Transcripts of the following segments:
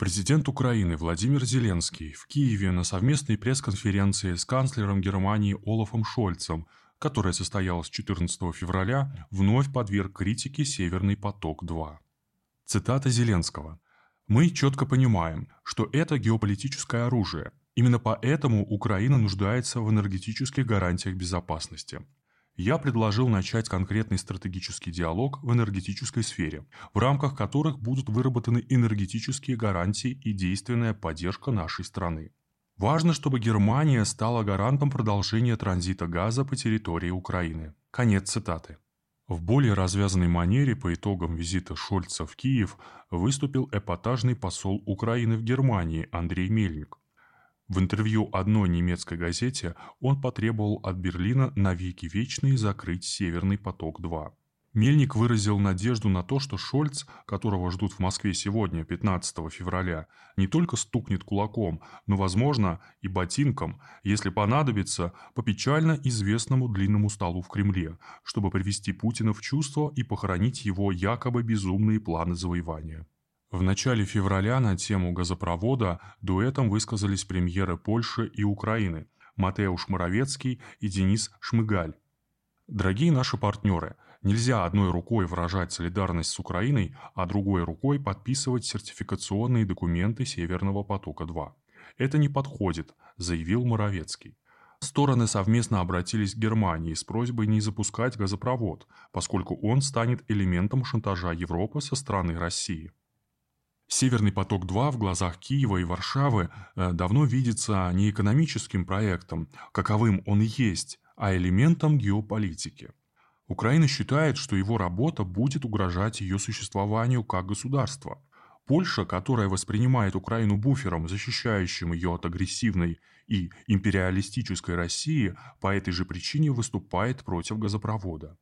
Президент Украины Владимир Зеленский в Киеве на совместной пресс-конференции с канцлером Германии Олафом Шольцем, которая состоялась 14 февраля, вновь подверг критике «Северный поток-2». Цитата Зеленского. «Мы четко понимаем, что это геополитическое оружие. Именно поэтому Украина нуждается в энергетических гарантиях безопасности. Я предложил начать конкретный стратегический диалог в энергетической сфере, в рамках которых будут выработаны энергетические гарантии и действенная поддержка нашей страны. Важно, чтобы Германия стала гарантом продолжения транзита газа по территории Украины». Конец цитаты. В более развязанной манере по итогам визита Шольца в Киев выступил эпатажный посол Украины в Германии Андрей Мельник. В интервью одной немецкой газете он потребовал от Берлина навеки вечные закрыть «Северный поток-2». Мельник выразил надежду на то, что Шольц, которого ждут в Москве сегодня, 15 февраля, не только стукнет кулаком, но, возможно, и ботинком, если понадобится, по печально известному длинному столу в Кремле, чтобы привести Путина в чувство и похоронить его якобы безумные планы завоевания. В начале февраля на тему газопровода дуэтом высказались премьеры Польши и Украины Матеуш Моровецкий и Денис Шмыгаль. Дорогие наши партнеры, нельзя одной рукой выражать солидарность с Украиной, а другой рукой подписывать сертификационные документы «Северного потока-2». Это не подходит, заявил Моровецкий. Стороны совместно обратились к Германии с просьбой не запускать газопровод, поскольку он станет элементом шантажа Европы со стороны России. «Северный поток-2» в глазах Киева и Варшавы давно видится не экономическим проектом, каковым он и есть, а элементом геополитики. Украина считает, что его работа будет угрожать ее существованию как государства. Польша, которая воспринимает Украину буфером, защищающим ее от агрессивной и империалистической России, по этой же причине выступает против газопровода.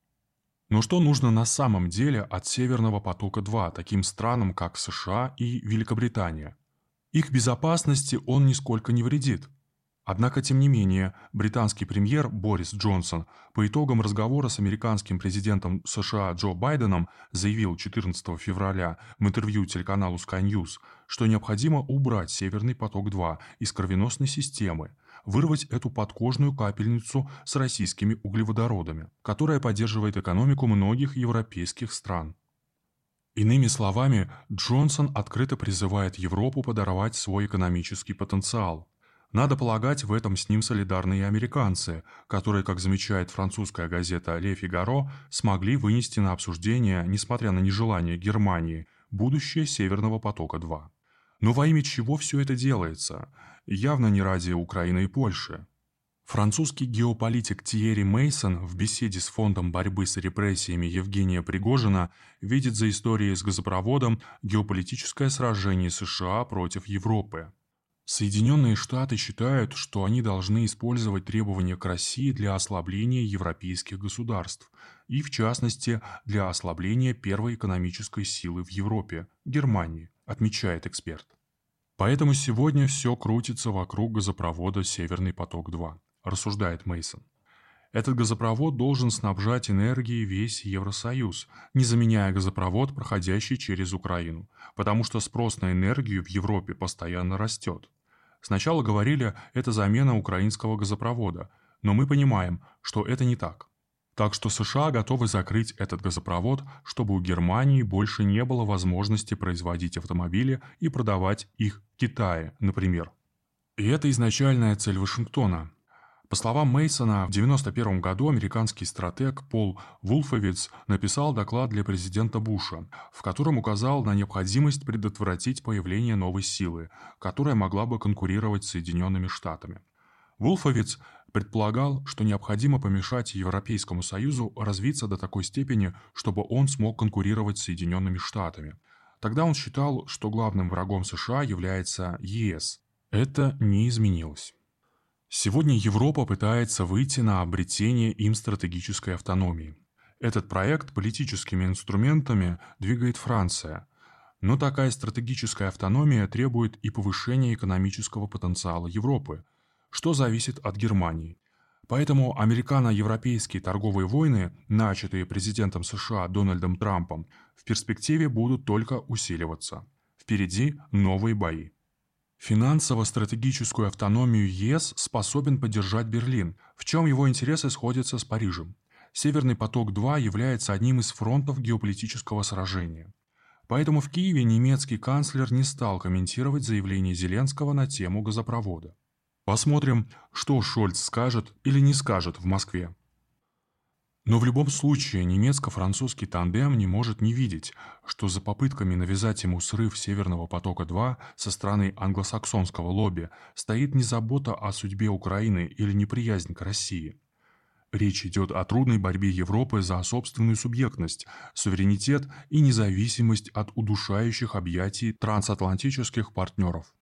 Но что нужно на самом деле от «Северного потока-2» таким странам, как США и Великобритания? Их безопасности он нисколько не вредит. Однако, тем не менее, британский премьер Борис Джонсон по итогам разговора с американским президентом США Джо Байденом заявил 14 февраля в интервью телеканалу Sky News, что необходимо убрать «Северный поток-2» из кровеносной системы, вырвать эту подкожную капельницу с российскими углеводородами, которая поддерживает экономику многих европейских стран. Иными словами, Джонсон открыто призывает Европу подорвать свой экономический потенциал. Надо полагать, в этом с ним солидарны и американцы, которые, как замечает французская газета «Ле Фигаро», смогли вынести на обсуждение, несмотря на нежелание Германии, будущее «Северного потока-2». Но во имя чего все это делается? Явно не ради Украины и Польши. Французский геополитик Тьерри Мейсон в беседе с Фондом борьбы с репрессиями Евгения Пригожина видит за историей с газопроводом геополитическое сражение США против Европы. Соединенные Штаты считают, что они должны использовать требования к России для ослабления европейских государств и, в частности, для ослабления первой экономической силы в Европе – Германии, отмечает эксперт. Поэтому сегодня все крутится вокруг газопровода «Северный поток-2», рассуждает Мейсон. Этот газопровод должен снабжать энергией весь Евросоюз, не заменяя газопровод, проходящий через Украину, потому что спрос на энергию в Европе постоянно растет. Сначала говорили, это замена украинского газопровода, но мы понимаем, что это не так. Так что США готовы закрыть этот газопровод, чтобы у Германии больше не было возможности производить автомобили и продавать их в Китае, например. И это изначальная цель Вашингтона. По словам Мейсона, в 1991 году американский стратег Пол Вулфовиц написал доклад для президента Буша, в котором указал на необходимость предотвратить появление новой силы, которая могла бы конкурировать с Соединенными Штатами. Вулфовиц предполагал, что необходимо помешать Европейскому Союзу развиться до такой степени, чтобы он смог конкурировать с Соединенными Штатами. Тогда он считал, что главным врагом США является ЕС. Это не изменилось. Сегодня Европа пытается выйти на обретение им стратегической автономии. Этот проект политическими инструментами двигает Франция. Но такая стратегическая автономия требует и повышения экономического потенциала Европы, что зависит от Германии. Поэтому американо-европейские торговые войны, начатые президентом США Дональдом Трампом, в перспективе будут только усиливаться. Впереди новые бои. Финансово-стратегическую автономию ЕС способен поддержать Берлин, в чем его интересы сходятся с Парижем. Северный поток-2 является одним из фронтов геополитического сражения. Поэтому в Киеве немецкий канцлер не стал комментировать заявление Зеленского на тему газопровода. Посмотрим, что Шольц скажет или не скажет в Москве. Но в любом случае немецко-французский тандем не может не видеть, что за попытками навязать ему срыв Северного потока-2 со стороны англосаксонского лобби стоит не забота о судьбе Украины или неприязнь к России. Речь идет о трудной борьбе Европы за собственную субъектность, суверенитет и независимость от удушающих объятий трансатлантических партнеров.